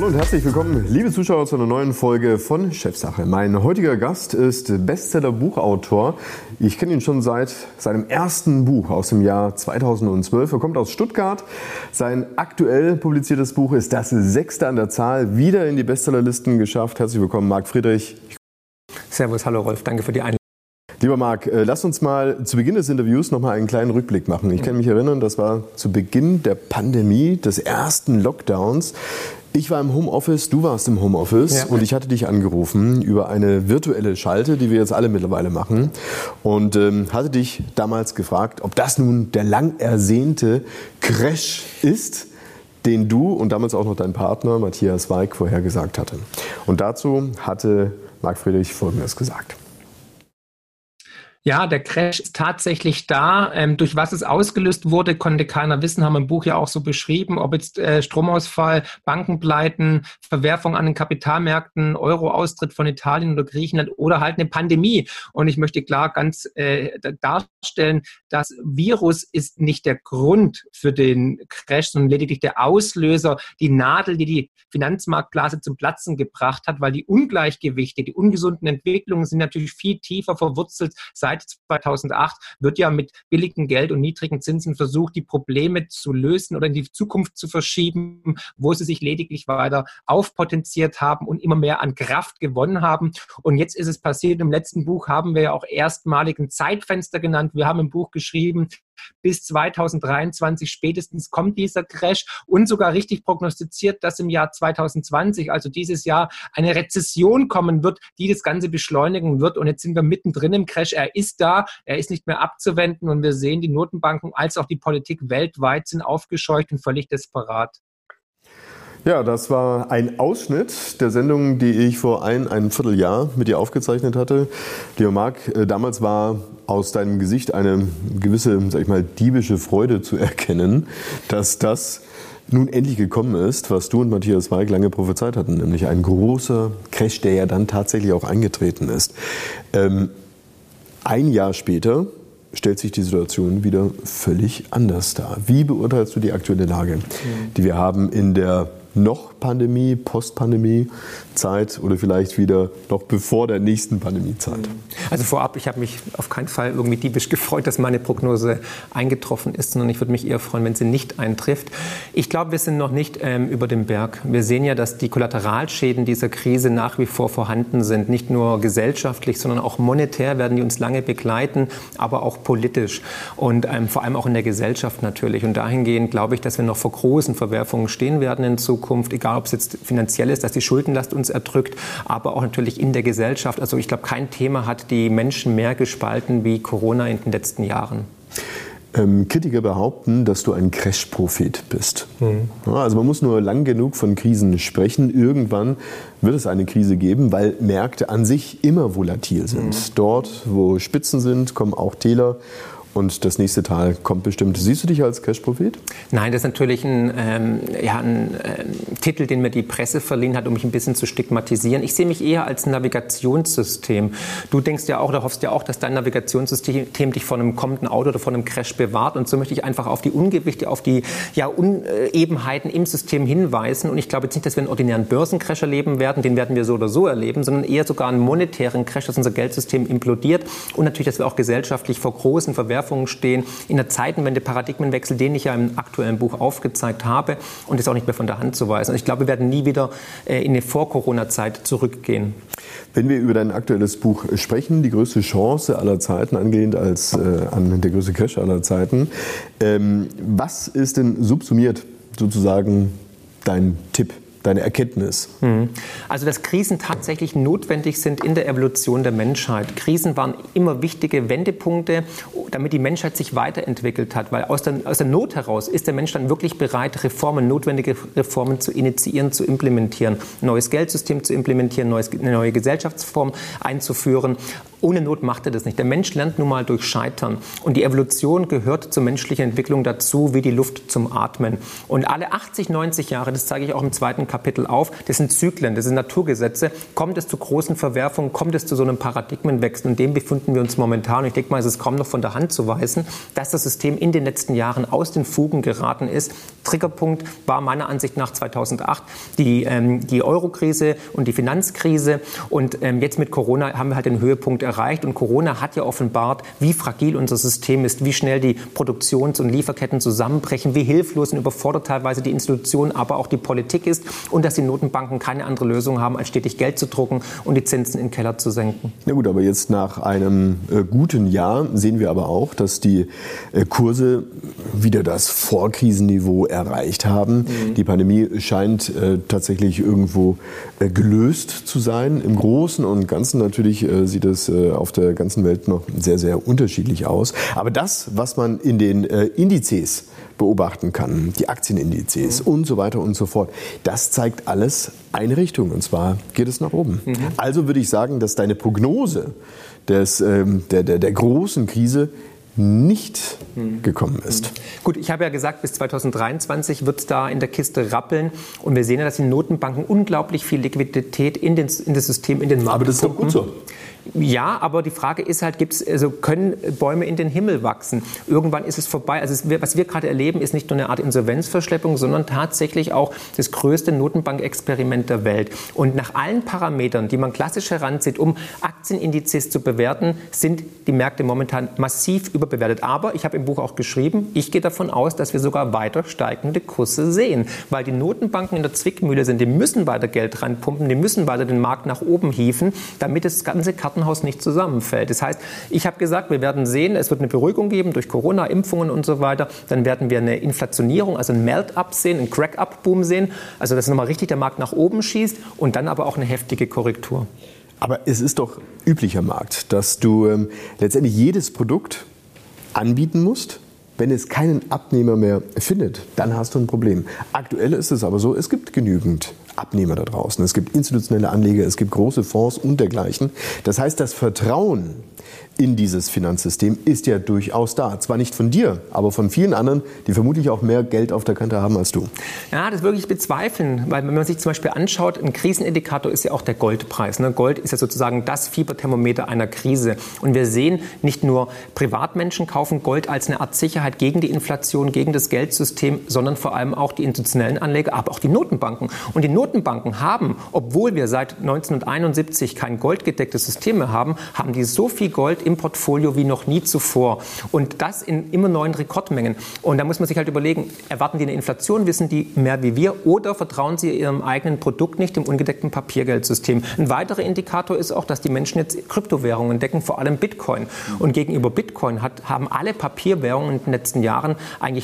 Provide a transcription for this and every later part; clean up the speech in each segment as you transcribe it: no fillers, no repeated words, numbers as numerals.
und herzlich willkommen, liebe Zuschauer, zu einer neuen Folge von Chefsache. Mein heutiger Gast ist Bestseller-Buchautor. Ich kenne ihn schon seit seinem ersten Buch aus dem Jahr 2012. Er kommt aus Stuttgart. Sein aktuell publiziertes Buch ist das 6. an der Zahl, wieder in die Bestsellerlisten geschafft. Herzlich willkommen, Marc Friedrich. Servus, hallo Rolf, danke für die Einladung. Lieber Marc, lass uns mal zu Beginn des Interviews noch mal einen kleinen Rückblick machen. Ich kann mich erinnern, das war zu Beginn der Pandemie, des ersten Lockdowns. Ich war im Homeoffice, du warst im Homeoffice und ich hatte dich angerufen über eine virtuelle Schalte, die wir jetzt alle mittlerweile machen, und hatte dich damals gefragt, ob das nun der lang ersehnte Crash ist, den du und damals auch noch dein Partner Matthias Weig vorhergesagt hatte. Und dazu hatte Marc Friedrich Folgendes gesagt. Ja, der Crash ist tatsächlich da. Durch was es ausgelöst wurde, konnte keiner wissen, haben wir im Buch ja auch so beschrieben, ob jetzt Stromausfall, Bankenpleiten, Verwerfung an den Kapitalmärkten, Euro-Austritt von Italien oder Griechenland oder halt eine Pandemie. Und ich möchte klar ganz darstellen, das Virus ist nicht der Grund für den Crash, sondern lediglich der Auslöser, die Nadel, die die Finanzmarktblase zum Platzen gebracht hat, weil die Ungleichgewichte, die ungesunden Entwicklungen sind natürlich viel tiefer verwurzelt. Seit 2008 wird ja mit billigem Geld und niedrigen Zinsen versucht, die Probleme zu lösen oder in die Zukunft zu verschieben, wo sie sich lediglich weiter aufpotenziert haben und immer mehr an Kraft gewonnen haben. Und jetzt ist es passiert, im letzten Buch haben wir ja auch erstmalig ein Zeitfenster genannt. Wir haben im Buch geschrieben, bis 2023 spätestens kommt dieser Crash und sogar richtig prognostiziert, dass im Jahr 2020, also dieses Jahr, eine Rezession kommen wird, die das Ganze beschleunigen wird. Und jetzt sind wir mittendrin im Crash. Er ist da, er ist nicht mehr abzuwenden und wir sehen, die Notenbanken als auch die Politik weltweit sind aufgescheucht und völlig desperat. Ja, das war ein Ausschnitt der Sendung, die ich vor ein Vierteljahr mit dir aufgezeichnet hatte. Lieber Marc, damals war aus deinem Gesicht eine gewisse, sag ich mal, diebische Freude zu erkennen, dass das nun endlich gekommen ist, was du und Matthias Weig lange prophezeit hatten, nämlich ein großer Crash, der ja dann tatsächlich auch eingetreten ist. Ein Jahr später stellt sich die Situation wieder völlig anders dar. Wie beurteilst du die aktuelle Lage, die wir haben in der noch Pandemie, Post-Pandemie-Zeit oder vielleicht wieder noch bevor der nächsten Pandemie-Zeit? Also vorab, ich habe mich auf keinen Fall irgendwie diebisch gefreut, dass meine Prognose eingetroffen ist, sondern ich würde mich eher freuen, wenn sie nicht eintrifft. Ich glaube, wir sind noch nicht über dem Berg. Wir sehen ja, dass die Kollateralschäden dieser Krise nach wie vor vorhanden sind. Nicht nur gesellschaftlich, sondern auch monetär werden die uns lange begleiten, aber auch politisch und vor allem auch in der Gesellschaft natürlich. Und dahingehend glaube ich, dass wir noch vor großen Verwerfungen stehen werden in Zukunft, egal ob es jetzt finanziell ist, dass die Schuldenlast uns erdrückt, aber auch natürlich in der Gesellschaft. Also ich glaube, kein Thema hat die Menschen mehr gespalten wie Corona in den letzten Jahren. Kritiker behaupten, dass du ein Crash-Prophet bist. Also man muss nur lang genug von Krisen sprechen. Irgendwann wird es eine Krise geben, weil Märkte an sich immer volatil sind. Dort, wo Spitzen sind, kommen auch Täler. Und das nächste Tal kommt bestimmt. Siehst du dich als Crash-Prophet? Nein, das ist natürlich ein Titel, den mir die Presse verliehen hat, um mich ein bisschen zu stigmatisieren. Ich sehe mich eher als Navigationssystem. Du denkst ja auch oder hoffst ja auch, dass dein Navigationssystem dich vor einem kommenden Auto oder vor einem Crash bewahrt. Und so möchte ich einfach auf die Ungewichte, auf die Unebenheiten im System hinweisen. Und ich glaube jetzt nicht, dass wir einen ordinären Börsencrash erleben werden. Den werden wir so oder so erleben, sondern eher sogar einen monetären Crash, dass unser Geldsystem implodiert. Und natürlich, dass wir auch gesellschaftlich vor großen Verwerfungen stehen, in der Zeitenwende, Paradigmenwechsel, den ich ja im aktuellen Buch aufgezeigt habe und ist auch nicht mehr von der Hand zu weisen. Ich glaube, wir werden nie wieder in eine Vor-Corona-Zeit zurückgehen. Wenn wir über dein aktuelles Buch sprechen, die größte Chance aller Zeiten, angelehnt an der größte Crash aller Zeiten, was ist denn subsumiert sozusagen dein Tipp? Deine Erkenntnis? Also, dass Krisen tatsächlich notwendig sind in der Evolution der Menschheit. Krisen waren immer wichtige Wendepunkte, damit die Menschheit sich weiterentwickelt hat. Weil aus der Not heraus ist der Mensch dann wirklich bereit, notwendige Reformen zu initiieren, zu implementieren. Ein neues Geldsystem zu implementieren, eine neue Gesellschaftsform einzuführen. Ohne Not macht er das nicht. Der Mensch lernt nun mal durch Scheitern. Und die Evolution gehört zur menschlichen Entwicklung dazu, wie die Luft zum Atmen. Und alle 80, 90 Jahre, das zeige ich auch im zweiten Kapitel auf, das sind Zyklen, das sind Naturgesetze, kommt es zu großen Verwerfungen, kommt es zu so einem Paradigmenwechsel. Und dem befinden wir uns momentan. Und ich denke mal, es ist kaum noch von der Hand zu weisen, dass das System in den letzten Jahren aus den Fugen geraten ist. Triggerpunkt war meiner Ansicht nach 2008 die Euro-Krise und die Finanzkrise. Und jetzt mit Corona haben wir halt den Höhepunkt erreicht. Und Corona hat ja offenbart, wie fragil unser System ist, wie schnell die Produktions- und Lieferketten zusammenbrechen, wie hilflos und überfordert teilweise die Institutionen, aber auch die Politik ist und dass die Notenbanken keine andere Lösung haben, als stetig Geld zu drucken und die Zinsen in den Keller zu senken. Na gut, aber jetzt nach einem guten Jahr sehen wir aber auch, dass die Kurse wieder das Vorkrisenniveau erreicht haben. Die Pandemie scheint tatsächlich irgendwo gelöst zu sein. Im Großen und Ganzen natürlich sieht es auf der ganzen Welt noch sehr, sehr unterschiedlich aus. Aber das, was man in den Indizes beobachten kann, die Aktienindizes und so weiter und so fort, das zeigt alles eine Richtung, und zwar geht es nach oben. Also würde ich sagen, dass deine Prognose der großen Krise nicht gekommen ist. Gut, ich habe ja gesagt, bis 2023 wird es da in der Kiste rappeln. Und wir sehen ja, dass die Notenbanken unglaublich viel Liquidität in das System, in den Markt Aber das ist doch gut so. Ja, aber die Frage ist halt, können Bäume in den Himmel wachsen? Irgendwann ist es vorbei. Also was wir gerade erleben, ist nicht nur eine Art Insolvenzverschleppung, sondern tatsächlich auch das größte Notenbankexperiment der Welt. Und nach allen Parametern, die man klassisch heranzieht, um Aktienindizes zu bewerten, sind die Märkte momentan massiv überbewertet. Aber ich habe im Buch auch geschrieben, ich gehe davon aus, dass wir sogar weiter steigende Kurse sehen, weil die Notenbanken in der Zwickmühle sind. Die müssen weiter Geld reinpumpen, die müssen weiter den Markt nach oben hieven, damit das ganze Kartenhaus nicht zusammenfällt. Das heißt, ich habe gesagt, wir werden sehen, es wird eine Beruhigung geben durch Corona, Impfungen und so weiter. Dann werden wir eine Inflationierung, also ein Melt-up sehen, ein Crack-up-Boom sehen. Also dass nochmal richtig der Markt nach oben schießt und dann aber auch eine heftige Korrektur. Aber es ist doch üblicher Markt, dass du letztendlich jedes Produkt anbieten musst. Wenn es keinen Abnehmer mehr findet, dann hast du ein Problem. Aktuell ist es aber so, es gibt genügend Abnehmer da draußen. Es gibt institutionelle Anleger, es gibt große Fonds und dergleichen. Das heißt, das Vertrauen in dieses Finanzsystem ist ja durchaus da. Zwar nicht von dir, aber von vielen anderen, die vermutlich auch mehr Geld auf der Kante haben als du. Ja, das würde ich bezweifeln, weil wenn man sich zum Beispiel anschaut, ein Krisenindikator ist ja auch der Goldpreis. Gold ist ja sozusagen das Fieberthermometer einer Krise. Und wir sehen, nicht nur Privatmenschen kaufen Gold als eine Art Sicherheit gegen die Inflation, gegen das Geldsystem, sondern vor allem auch die institutionellen Anleger, aber auch die Notenbanken. Und die Notenbanken haben, obwohl wir seit 1971 kein goldgedecktes System mehr haben, haben die so viel Gold im Portfolio wie noch nie zuvor. Und das in immer neuen Rekordmengen. Und da muss man sich halt überlegen, erwarten die eine Inflation, wissen die mehr wie wir, oder vertrauen sie ihrem eigenen Produkt nicht, dem ungedeckten Papiergeldsystem. Ein weiterer Indikator ist auch, dass die Menschen jetzt Kryptowährungen entdecken, vor allem Bitcoin. Und gegenüber Bitcoin haben alle Papierwährungen in den letzten Jahren eigentlich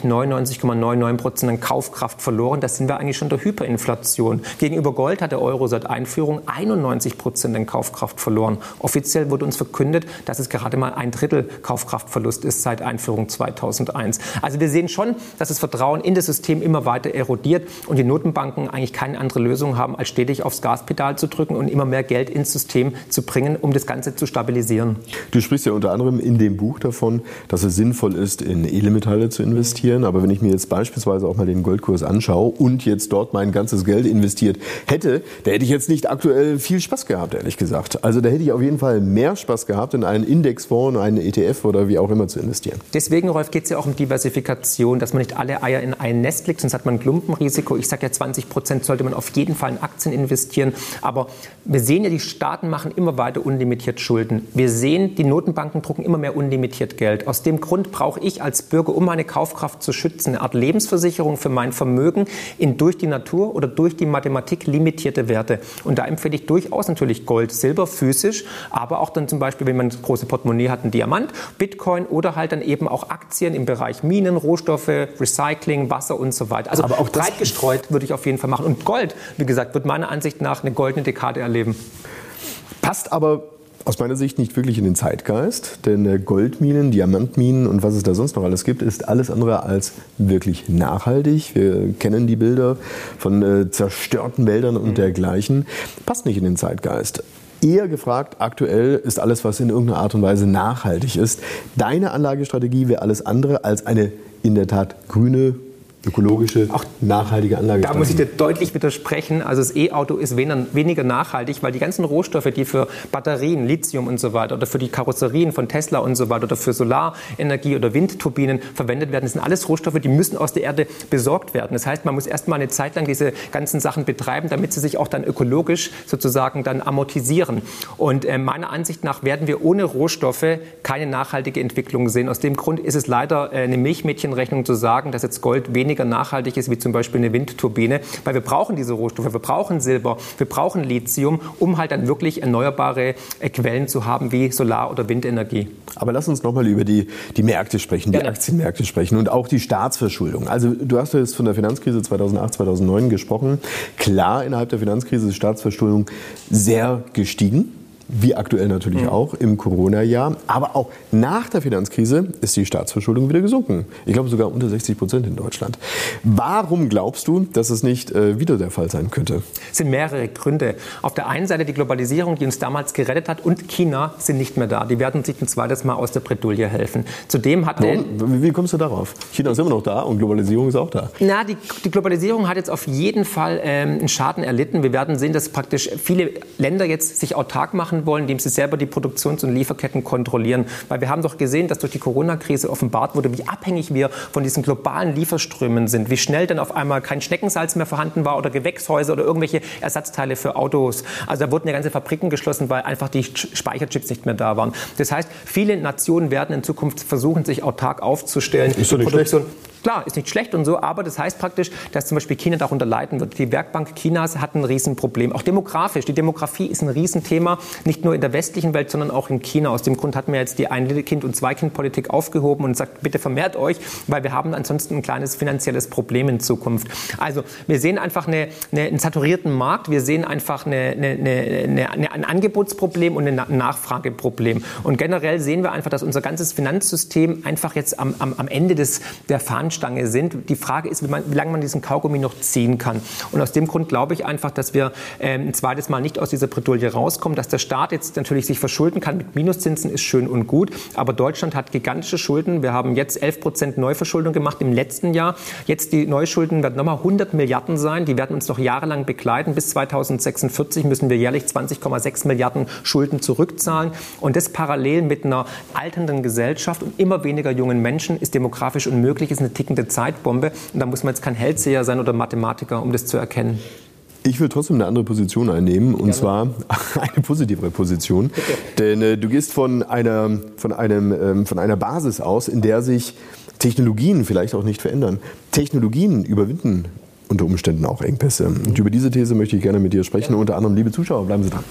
99,99% an Kaufkraft verloren. Da sind wir eigentlich schon der Hyperinflation. Gegenüber Gold hat der Euro seit Einführung 91% an Kaufkraft verloren. Offiziell wurde uns verkündet, dass es gerade mal 1/3 Kaufkraftverlust ist seit Einführung 2001. Also wir sehen schon, dass das Vertrauen in das System immer weiter erodiert und die Notenbanken eigentlich keine andere Lösung haben, als stetig aufs Gaspedal zu drücken und immer mehr Geld ins System zu bringen, um das Ganze zu stabilisieren. Du sprichst ja unter anderem in dem Buch davon, dass es sinnvoll ist, in Edelmetalle zu investieren. Aber wenn ich mir jetzt beispielsweise auch mal den Goldkurs anschaue und jetzt dort mein ganzes Geld investiert hätte, da hätte ich jetzt nicht aktuell viel Spaß gehabt, ehrlich gesagt. Also da hätte ich auf jeden Fall mehr Spaß gehabt, in einen Indexfonds, einen ETF oder wie auch immer zu investieren. Deswegen, Rolf, geht es ja auch um Diversifikation, dass man nicht alle Eier in ein Nest legt, sonst hat man ein Klumpenrisiko. Ich sage ja, 20% sollte man auf jeden Fall in Aktien investieren. Aber wir sehen ja, die Staaten machen immer weiter unlimitiert Schulden. Wir sehen, die Notenbanken drucken immer mehr unlimitiert Geld. Aus dem Grund brauche ich als Bürger, um meine Kaufkraft zu schützen, eine Art Lebensversicherung für mein Vermögen in durch die Natur oder durch die Mathematik limitierte Werte. Und da empfehle ich durchaus natürlich Gold, Silber physisch, aber auch dann zum Beispiel, wenn man das große Portemonnaie hat, ein Diamant, Bitcoin oder halt dann eben auch Aktien im Bereich Minen, Rohstoffe, Recycling, Wasser und so weiter. Also aber auch breit gestreut würde ich auf jeden Fall machen. Und Gold, wie gesagt, wird meiner Ansicht nach eine goldene Dekade erleben. Passt aber aus meiner Sicht nicht wirklich in den Zeitgeist, denn Goldminen, Diamantminen und was es da sonst noch alles gibt, ist alles andere als wirklich nachhaltig. Wir kennen die Bilder von zerstörten Wäldern und dergleichen. Passt nicht in den Zeitgeist. Eher gefragt, aktuell ist alles, was in irgendeiner Art und Weise nachhaltig ist. Deine Anlagestrategie wäre alles andere als eine in der Tat grüne, ökologische, auch nachhaltige Anlage. Da muss ich dir deutlich widersprechen. Also das E-Auto ist weniger nachhaltig, weil die ganzen Rohstoffe, die für Batterien, Lithium und so weiter oder für die Karosserien von Tesla und so weiter oder für Solarenergie oder Windturbinen verwendet werden, das sind alles Rohstoffe, die müssen aus der Erde besorgt werden. Das heißt, man muss erst mal eine Zeit lang diese ganzen Sachen betreiben, damit sie sich auch dann ökologisch sozusagen dann amortisieren. Und meiner Ansicht nach werden wir ohne Rohstoffe keine nachhaltige Entwicklung sehen. Aus dem Grund ist es leider eine Milchmädchenrechnung zu sagen, dass jetzt Gold weniger nachhaltig ist wie zum Beispiel eine Windturbine, weil wir brauchen diese Rohstoffe, wir brauchen Silber, wir brauchen Lithium, um halt dann wirklich erneuerbare Quellen zu haben wie Solar- oder Windenergie. Aber lass uns nochmal über die Märkte sprechen, die Aktienmärkte sprechen und auch die Staatsverschuldung. Also du hast jetzt von der Finanzkrise 2008, 2009 gesprochen. Klar, innerhalb der Finanzkrise ist Staatsverschuldung sehr gestiegen. Wie aktuell natürlich auch im Corona-Jahr. Aber auch nach der Finanzkrise ist die Staatsverschuldung wieder gesunken. Ich glaube sogar unter 60% in Deutschland. Warum glaubst du, dass es nicht wieder der Fall sein könnte? Es sind mehrere Gründe. Auf der einen Seite die Globalisierung, die uns damals gerettet hat, und China sind nicht mehr da. Die werden sich ein zweites Mal aus der Bredouille helfen. Zudem hat Wie kommst du darauf? China ist immer noch da und Globalisierung ist auch da. Na, die Globalisierung hat jetzt auf jeden Fall einen Schaden erlitten. Wir werden sehen, dass praktisch viele Länder jetzt sich autark machen wollen, indem sie selber die Produktions- und Lieferketten kontrollieren. Weil wir haben doch gesehen, dass durch die Corona-Krise offenbart wurde, wie abhängig wir von diesen globalen Lieferströmen sind, wie schnell dann auf einmal kein Schneckensalz mehr vorhanden war oder Gewächshäuser oder irgendwelche Ersatzteile für Autos. Also da wurden ja ganze Fabriken geschlossen, weil einfach die Speicherchips nicht mehr da waren. Das heißt, viele Nationen werden in Zukunft versuchen, sich autark aufzustellen. Ist doch nicht schlecht. Klar, ist nicht schlecht und so, aber das heißt praktisch, dass zum Beispiel China darunter leiden wird. Die Werkbank Chinas hat ein Riesenproblem. Auch demografisch. Die Demografie ist ein Riesenthema, nicht nur in der westlichen Welt, sondern auch in China. Aus dem Grund hat man jetzt die Ein-Kind- und Zwei-Kind-Politik aufgehoben und sagt, bitte vermehrt euch, weil wir haben ansonsten ein kleines finanzielles Problem in Zukunft. Also wir sehen einfach einen saturierten Markt, wir sehen einfach ein Angebotsproblem und ein Nachfrageproblem. Und generell sehen wir einfach, dass unser ganzes Finanzsystem einfach jetzt am Ende der Fahnenstange sind. Die Frage ist, wie lange man diesen Kaugummi noch ziehen kann. Und aus dem Grund glaube ich einfach, dass wir ein zweites Mal nicht aus dieser Bredouille rauskommen, dass der Staat jetzt natürlich sich verschulden kann mit Minuszinsen, ist schön und gut, aber Deutschland hat gigantische Schulden. Wir haben jetzt 11% Neuverschuldung gemacht im letzten Jahr. Jetzt die Neuschulden werden nochmal 100 Milliarden sein. Die werden uns noch jahrelang begleiten. Bis 2046 müssen wir jährlich 20,6 Milliarden Schulden zurückzahlen. Und das parallel mit einer alternden Gesellschaft und immer weniger jungen Menschen ist demografisch unmöglich, ist eine tickende Zeitbombe. Und da muss man jetzt kein Hellseher sein oder Mathematiker, um das zu erkennen. Ich will trotzdem eine andere Position einnehmen, und zwar eine positivere Position. Denn du gehst von einer Basis aus, in der sich Technologien vielleicht auch nicht verändern. Technologien überwinden unter Umständen auch Engpässe. Und über diese These möchte ich gerne mit dir sprechen. Unter anderem, liebe Zuschauer, bleiben Sie dran.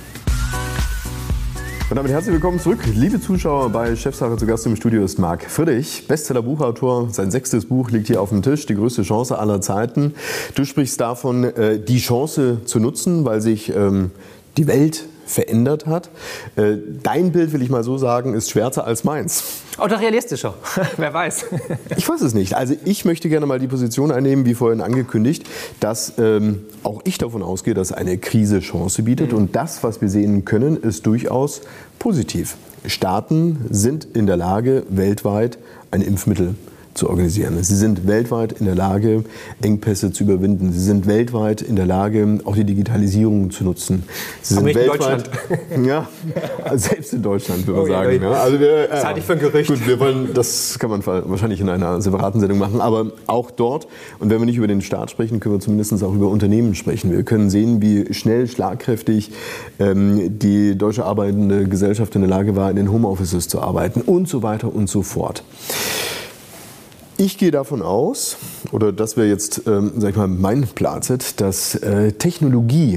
Und damit herzlich willkommen zurück, liebe Zuschauer. Bei Chefsache zu Gast im Studio ist Marc Friedrich, Bestseller-Buchautor. Sein 6. Buch liegt hier auf dem Tisch, die größte Chance aller Zeiten. Du sprichst davon, die Chance zu nutzen, weil sich die Welt verändert hat. Dein Bild, will ich mal so sagen, ist schwärzer als meins. Oder realistischer, wer weiß. Ich weiß es nicht. Also ich möchte gerne mal die Position einnehmen, wie vorhin angekündigt, dass auch ich davon ausgehe, dass eine Krise Chance bietet. Und das, was wir sehen können, ist durchaus positiv. Staaten sind in der Lage, weltweit ein Impfmittel zu organisieren. Sie sind weltweit in der Lage, Engpässe zu überwinden. Sie sind weltweit in der Lage, auch die Digitalisierung zu nutzen. Sie sind weltweit, ja, selbst in Deutschland, würde man sagen. Ja. Also das halte ich für ein Gerücht. Gut, das kann man wahrscheinlich in einer separaten Sendung machen, aber auch dort, und wenn wir nicht über den Staat sprechen, können wir zumindest auch über Unternehmen sprechen. Wir können sehen, wie schnell, schlagkräftig die deutsche arbeitende Gesellschaft in der Lage war, in den Homeoffices zu arbeiten und so weiter und so fort. Ich gehe davon aus, oder das wäre jetzt, sag ich mal, mein Planset, dass Technologie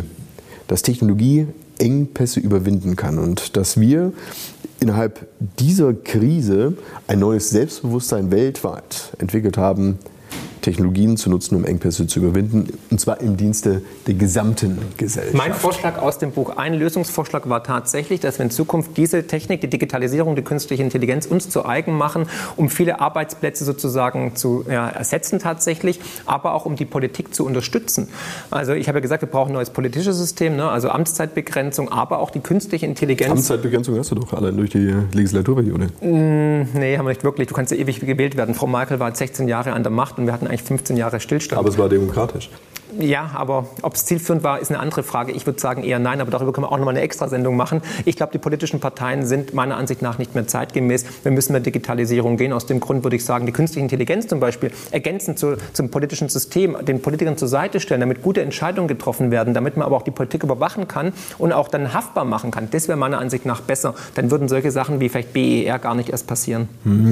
Engpässe überwinden kann und dass wir innerhalb dieser Krise ein neues Selbstbewusstsein weltweit entwickelt haben. Technologien zu nutzen, um Engpässe zu überwinden, und zwar im Dienste der gesamten Gesellschaft. Mein Vorschlag aus dem Buch, ein Lösungsvorschlag war tatsächlich, dass wir in Zukunft diese Technik, die Digitalisierung, die künstliche Intelligenz uns zu eigen machen, um viele Arbeitsplätze sozusagen zu ersetzen tatsächlich, aber auch um die Politik zu unterstützen. Also ich habe ja gesagt, wir brauchen ein neues politisches System, ne? Also Amtszeitbegrenzung, aber auch die künstliche Intelligenz. Amtszeitbegrenzung hast du doch allein durch die Legislaturperiode. Nee, haben wir nicht wirklich. Du kannst ja ewig gewählt werden. Frau Merkel war 16 Jahre an der Macht und wir hatten eigentlich 15 Jahre Stillstand. Aber es war demokratisch. Ja, aber ob es zielführend war, ist eine andere Frage. Ich würde sagen eher nein, aber darüber können wir auch nochmal eine Extrasendung machen. Ich glaube, die politischen Parteien sind meiner Ansicht nach nicht mehr zeitgemäß. Wir müssen der Digitalisierung gehen. Aus dem Grund würde ich sagen, die künstliche Intelligenz zum Beispiel ergänzend zum politischen System, den Politikern zur Seite stellen, damit gute Entscheidungen getroffen werden, damit man aber auch die Politik überwachen kann und auch dann haftbar machen kann. Das wäre meiner Ansicht nach besser. Dann würden solche Sachen wie vielleicht BER gar nicht erst passieren.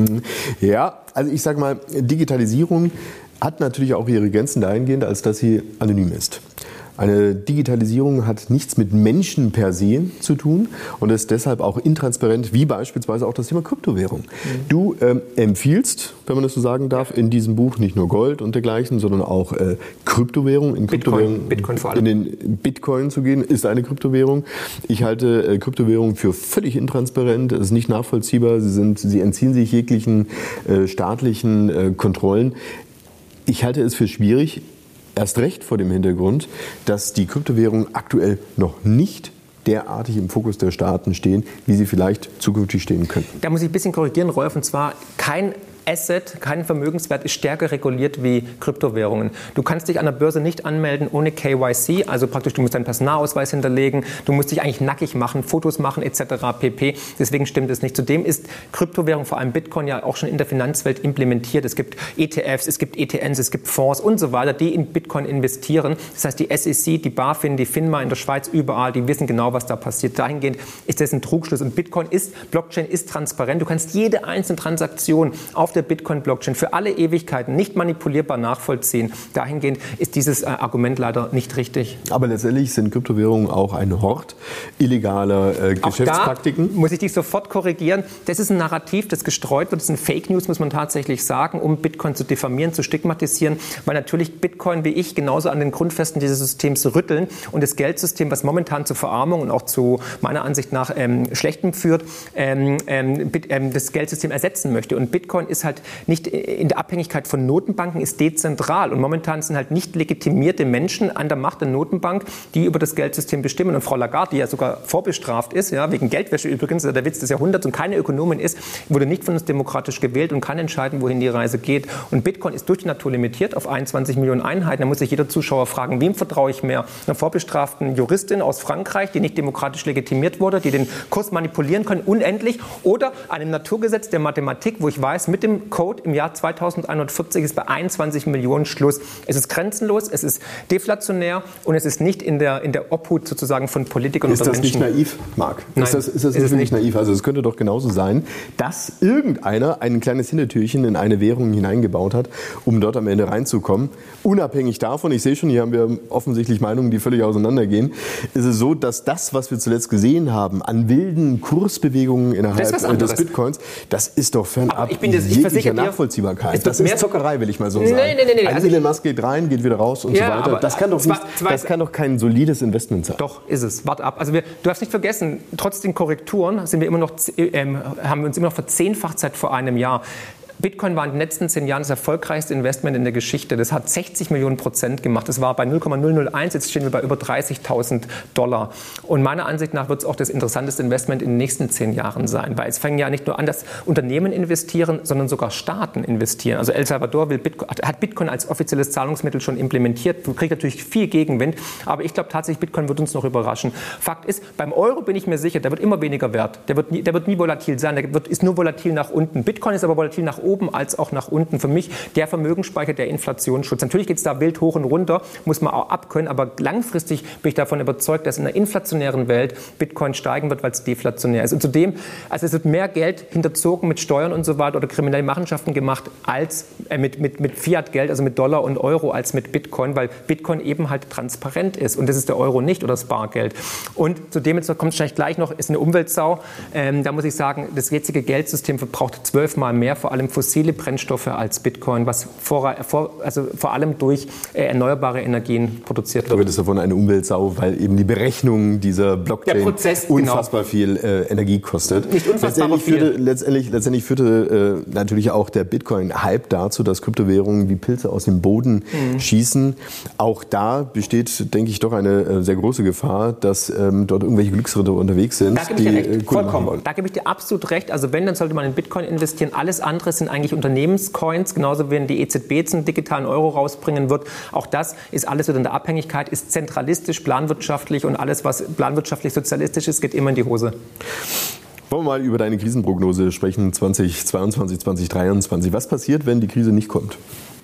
Ja, also ich sage mal, Digitalisierung hat natürlich auch ihre Grenzen dahingehend, als dass sie anonym ist. Eine Digitalisierung hat nichts mit Menschen per se zu tun und ist deshalb auch intransparent, wie beispielsweise auch das Thema Kryptowährung. Du empfiehlst, wenn man das so sagen darf, in diesem Buch nicht nur Gold und dergleichen, sondern auch Kryptowährung. Bitcoin vor allem. In den Bitcoin zu gehen, ist eine Kryptowährung. Ich halte Kryptowährung für völlig intransparent, es ist nicht nachvollziehbar, sie entziehen sich jeglichen staatlichen Kontrollen. Ich halte es für schwierig, erst recht vor dem Hintergrund, dass die Kryptowährungen aktuell noch nicht derartig im Fokus der Staaten stehen, wie sie vielleicht zukünftig stehen könnten. Da muss ich ein bisschen korrigieren, Rolf, und zwar kein Asset, kein Vermögenswert ist stärker reguliert wie Kryptowährungen. Du kannst dich an der Börse nicht anmelden ohne KYC, also praktisch du musst deinen Personalausweis hinterlegen, du musst dich eigentlich nackig machen, Fotos machen etc. pp. Deswegen stimmt es nicht. Zudem ist Kryptowährung, vor allem Bitcoin, ja auch schon in der Finanzwelt implementiert. Es gibt ETFs, es gibt ETNs, es gibt Fonds und so weiter, die in Bitcoin investieren. Das heißt, die SEC, die BaFin, die FINMA in der Schweiz, überall, die wissen genau, was da passiert. Dahingehend ist das ein Trugschluss. Und Blockchain ist transparent. Du kannst jede einzelne Transaktion auf der Bitcoin-Blockchain für alle Ewigkeiten nicht manipulierbar nachvollziehen. Dahingehend ist dieses Argument leider nicht richtig. Aber letztendlich sind Kryptowährungen auch ein Hort illegaler Geschäftspraktiken. Auch da muss ich dich sofort korrigieren. Das ist ein Narrativ, das gestreut wird. Das ist ein Fake News, muss man tatsächlich sagen, um Bitcoin zu diffamieren, zu stigmatisieren, weil natürlich Bitcoin wie ich genauso an den Grundfesten dieses Systems rütteln und das Geldsystem, was momentan zur Verarmung und auch zu meiner Ansicht nach Schlechtem führt, das Geldsystem ersetzen möchte. Und Bitcoin ist halt nicht in der Abhängigkeit von Notenbanken, ist dezentral. Und momentan sind halt nicht legitimierte Menschen an der Macht der Notenbank, die über das Geldsystem bestimmen. Und Frau Lagarde, die ja sogar vorbestraft ist, ja, wegen Geldwäsche übrigens, der Witz des Jahrhunderts und keine Ökonomin ist, wurde nicht von uns demokratisch gewählt und kann entscheiden, wohin die Reise geht. Und Bitcoin ist durch die Natur limitiert auf 21 Millionen Einheiten. Da muss sich jeder Zuschauer fragen, wem vertraue ich mehr? Einer vorbestraften Juristin aus Frankreich, die nicht demokratisch legitimiert wurde, die den Kurs manipulieren kann, unendlich, oder einem Naturgesetz der Mathematik, wo ich weiß, mit dem Code im Jahr 2140 ist bei 21 Millionen Schluss. Es ist grenzenlos, es ist deflationär und es ist nicht in der Obhut sozusagen von Politikern oder Menschen. Ist das nicht naiv, Marc? Nein, ist das nicht naiv? Also es könnte doch genauso sein, dass irgendeiner ein kleines Hintertürchen in eine Währung hineingebaut hat, um dort am Ende reinzukommen. Unabhängig davon, ich sehe schon, hier haben wir offensichtlich Meinungen, die völlig auseinandergehen, ist es so, dass das, was wir zuletzt gesehen haben, an wilden Kursbewegungen innerhalb des Bitcoins, das ist doch fernab jeglicher Nachvollziehbarkeit. Das ist Zockerei, will ich mal so sagen. Nee. Also Elon Musk geht rein, geht wieder raus und so weiter. Das kann doch kein solides Investment sein. Doch, ist es. Warte ab. Also du darfst nicht vergessen, trotz den Korrekturen haben wir uns immer noch verzehnfacht seit vor einem Jahr. Bitcoin war in den letzten 10 Jahren das erfolgreichste Investment in der Geschichte. Das hat 60 Millionen % gemacht. Das war bei 0,001, jetzt stehen wir bei über $30.000. Und meiner Ansicht nach wird es auch das interessanteste Investment in den nächsten 10 Jahren sein. Weil es fängt ja nicht nur an, dass Unternehmen investieren, sondern sogar Staaten investieren. Also El Salvador hat Bitcoin als offizielles Zahlungsmittel schon implementiert. Du kriegst natürlich viel Gegenwind. Aber ich glaube tatsächlich, Bitcoin wird uns noch überraschen. Fakt ist, beim Euro bin ich mir sicher, der wird immer weniger wert. Der wird nie volatil sein. Ist nur volatil nach unten. Bitcoin ist aber volatil nach oben als auch nach unten. Für mich der Vermögensspeicher, der Inflationsschutz. Natürlich geht es da wild hoch und runter, muss man auch abkönnen, aber langfristig bin ich davon überzeugt, dass in einer inflationären Welt Bitcoin steigen wird, weil es deflationär ist. Und zudem, also es wird mehr Geld hinterzogen mit Steuern und so weiter oder kriminelle Machenschaften gemacht als mit Fiat-Geld, also mit Dollar und Euro, als mit Bitcoin, weil Bitcoin eben halt transparent ist und das ist der Euro nicht oder das Bargeld. Und zudem, jetzt kommt es gleich noch, ist eine Umweltsau. Da muss ich sagen, das jetzige Geldsystem verbraucht 12-mal mehr, vor allem fossile Brennstoffe als Bitcoin, was vor allem durch erneuerbare Energien produziert wird. Du redest davon eine Umweltsau, weil eben die Berechnung dieser Blockchain unfassbar viel Energie kostet. Nicht unfassbar, aber viel. Letztendlich führte natürlich auch der Bitcoin-Hype dazu, dass Kryptowährungen wie Pilze aus dem Boden schießen. Auch da besteht, denke ich, doch eine sehr große Gefahr, dass dort irgendwelche Glücksritter unterwegs sind. Da gebe ich dir recht, vollkommen. Da gebe ich dir absolut recht. Also wenn, dann sollte man in Bitcoin investieren. Alles andere sind eigentlich Unternehmenscoins, genauso wie wenn die EZB zum digitalen Euro rausbringen wird. Auch das ist alles wieder in der Abhängigkeit, ist zentralistisch, planwirtschaftlich und alles, was planwirtschaftlich sozialistisch ist, geht immer in die Hose. Wollen wir mal über deine Krisenprognose sprechen, 2022, 2023. Was passiert, wenn die Krise nicht kommt?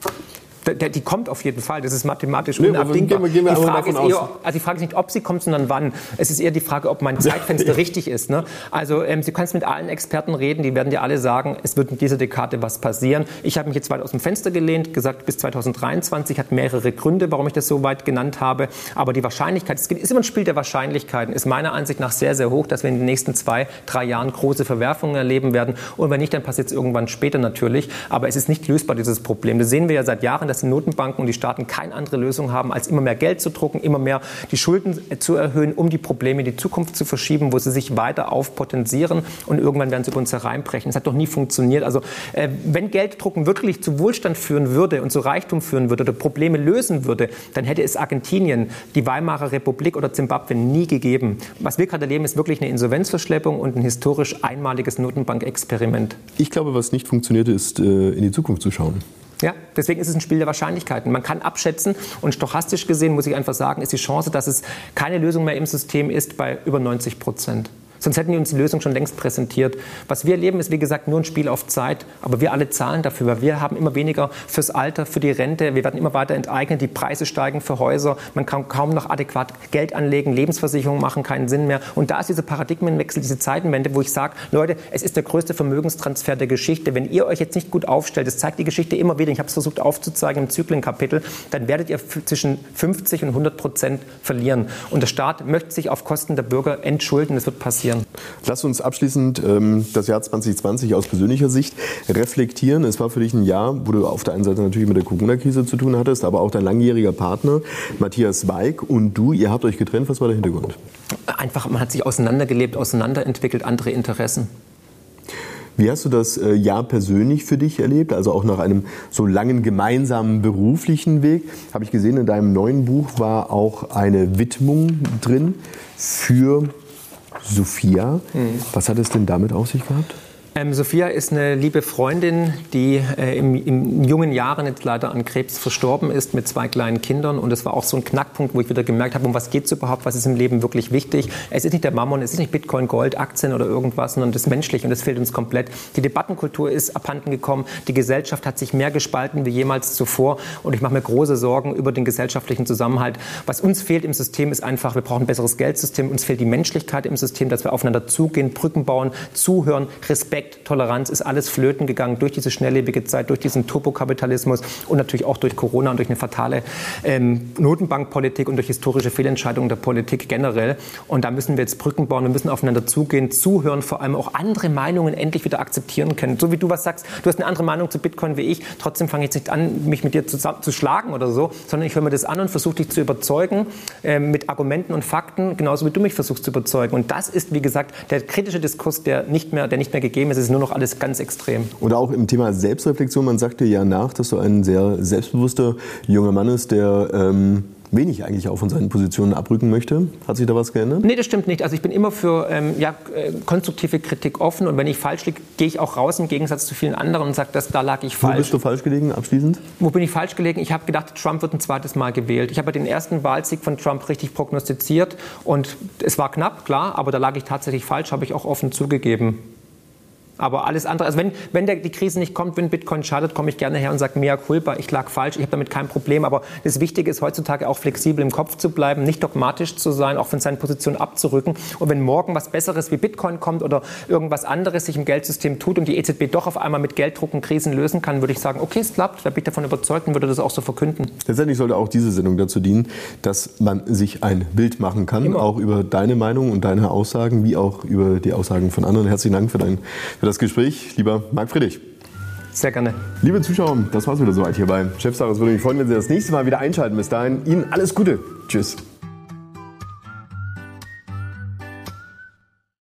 Die kommt auf jeden Fall, das ist mathematisch unabdingbar. Gehen wir davon aus. Die Frage ist nicht, ob sie kommt, sondern wann. Es ist eher die Frage, ob mein Zeitfenster richtig ist. Ne? Also Sie können mit allen Experten reden, die werden dir alle sagen, es wird in dieser Dekade was passieren. Ich habe mich jetzt weit aus dem Fenster gelehnt, gesagt, bis 2023 hat mehrere Gründe, warum ich das so weit genannt habe. Aber die Wahrscheinlichkeit, es ist immer ein Spiel der Wahrscheinlichkeiten, ist meiner Ansicht nach sehr, sehr hoch, dass wir in den nächsten 2-3 Jahren große Verwerfungen erleben werden. Und wenn nicht, dann passiert es irgendwann später natürlich. Aber es ist nicht lösbar, dieses Problem. Das sehen wir ja seit Jahren, dass die Notenbanken und die Staaten keine andere Lösung haben, als immer mehr Geld zu drucken, immer mehr die Schulden zu erhöhen, um die Probleme in die Zukunft zu verschieben, wo sie sich weiter aufpotenzieren und irgendwann werden sie über uns hereinbrechen. Das hat doch nie funktioniert. Also wenn Gelddrucken wirklich zu Wohlstand führen würde und zu Reichtum führen würde oder Probleme lösen würde, dann hätte es Argentinien, die Weimarer Republik oder Zimbabwe nie gegeben. Was wir gerade erleben, ist wirklich eine Insolvenzverschleppung und ein historisch einmaliges Notenbankexperiment. Ich glaube, was nicht funktionierte, ist in die Zukunft zu schauen. Ja, deswegen ist es ein Spiel der Wahrscheinlichkeiten. Man kann abschätzen und stochastisch gesehen, muss ich einfach sagen, ist die Chance, dass es keine Lösung mehr im System ist, bei über 90%. Sonst hätten die uns die Lösung schon längst präsentiert. Was wir erleben, ist wie gesagt nur ein Spiel auf Zeit. Aber wir alle zahlen dafür, weil wir haben immer weniger fürs Alter, für die Rente. Wir werden immer weiter enteignet, die Preise steigen für Häuser. Man kann kaum noch adäquat Geld anlegen, Lebensversicherungen machen keinen Sinn mehr. Und da ist dieser Paradigmenwechsel, diese Zeitenwende, wo ich sage, Leute, es ist der größte Vermögenstransfer der Geschichte. Wenn ihr euch jetzt nicht gut aufstellt, das zeigt die Geschichte immer wieder, ich habe es versucht aufzuzeigen im Zyklenkapitel, dann werdet ihr zwischen 50 und 100% verlieren. Und der Staat möchte sich auf Kosten der Bürger entschulden. Das wird passieren. Lass uns abschließend das Jahr 2020 aus persönlicher Sicht reflektieren. Es war für dich ein Jahr, wo du auf der einen Seite natürlich mit der Corona-Krise zu tun hattest, aber auch dein langjähriger Partner Matthias Weig und du, ihr habt euch getrennt. Was war der Hintergrund? Einfach, man hat sich auseinandergelebt, auseinanderentwickelt, andere Interessen. Wie hast du das Jahr persönlich für dich erlebt? Also auch nach einem so langen gemeinsamen beruflichen Weg. Habe ich gesehen, in deinem neuen Buch war auch eine Widmung drin für Sophia. Was hat es denn damit auf sich gehabt? Sophia ist eine liebe Freundin, die in jungen Jahren jetzt leider an Krebs verstorben ist mit 2 kleinen Kindern. Und es war auch so ein Knackpunkt, wo ich wieder gemerkt habe, um was geht es überhaupt, was ist im Leben wirklich wichtig. Es ist nicht der Mammon, es ist nicht Bitcoin, Gold, Aktien oder irgendwas, sondern das Menschliche und das fehlt uns komplett. Die Debattenkultur ist abhanden gekommen, die Gesellschaft hat sich mehr gespalten wie jemals zuvor. Und ich mache mir große Sorgen über den gesellschaftlichen Zusammenhalt. Was uns fehlt im System ist einfach, wir brauchen ein besseres Geldsystem, uns fehlt die Menschlichkeit im System, dass wir aufeinander zugehen, Brücken bauen, zuhören, Respekt, Toleranz, ist alles flöten gegangen durch diese schnelllebige Zeit, durch diesen Turbokapitalismus und natürlich auch durch Corona und durch eine fatale Notenbankpolitik und durch historische Fehlentscheidungen der Politik generell. Und da müssen wir jetzt Brücken bauen, wir müssen aufeinander zugehen, zuhören, vor allem auch andere Meinungen endlich wieder akzeptieren können. So wie du was sagst, du hast eine andere Meinung zu Bitcoin wie ich, trotzdem fange ich jetzt nicht an, mich mit dir zu schlagen oder so, sondern ich höre mir das an und versuche dich zu überzeugen mit Argumenten und Fakten, genauso wie du mich versuchst zu überzeugen. Und das ist, wie gesagt, der kritische Diskurs, der nicht mehr gegeben ist. Es ist nur noch alles ganz extrem. Oder auch im Thema Selbstreflexion, man sagt dir ja nach, dass du ein sehr selbstbewusster junger Mann ist, der wenig eigentlich auch von seinen Positionen abrücken möchte. Hat sich da was geändert? Nee, das stimmt nicht. Also ich bin immer für konstruktive Kritik offen und wenn ich falsch liege, gehe ich auch raus im Gegensatz zu vielen anderen und sage, da lag ich falsch. Wo bist du falsch gelegen, abschließend? Wo bin ich falsch gelegen? Ich habe gedacht, Trump wird ein zweites Mal gewählt. Ich habe den ersten Wahlsieg von Trump richtig prognostiziert und es war knapp, klar, aber da lag ich tatsächlich falsch, habe ich auch offen zugegeben. Aber alles andere, also wenn die Krise nicht kommt, wenn Bitcoin schadet, komme ich gerne her und sage, mea culpa, ich lag falsch, ich habe damit kein Problem. Aber das Wichtige ist heutzutage auch flexibel im Kopf zu bleiben, nicht dogmatisch zu sein, auch von seinen Positionen abzurücken. Und wenn morgen was Besseres wie Bitcoin kommt oder irgendwas anderes sich im Geldsystem tut und die EZB doch auf einmal mit Gelddrucken Krisen lösen kann, würde ich sagen, okay, es klappt, wer bin ich davon überzeugt und würde das auch so verkünden. Letztendlich sollte auch diese Sendung dazu dienen, dass man sich ein Bild machen kann, immer. Auch über deine Meinung und deine Aussagen, wie auch über die Aussagen von anderen. Herzlichen Dank für das Gespräch, lieber Marc Friedrich. Sehr gerne. Liebe Zuschauer, das war's wieder soweit hier bei Chefsache. Es würde mich freuen, wenn Sie das nächste Mal wieder einschalten. Bis dahin, Ihnen alles Gute. Tschüss.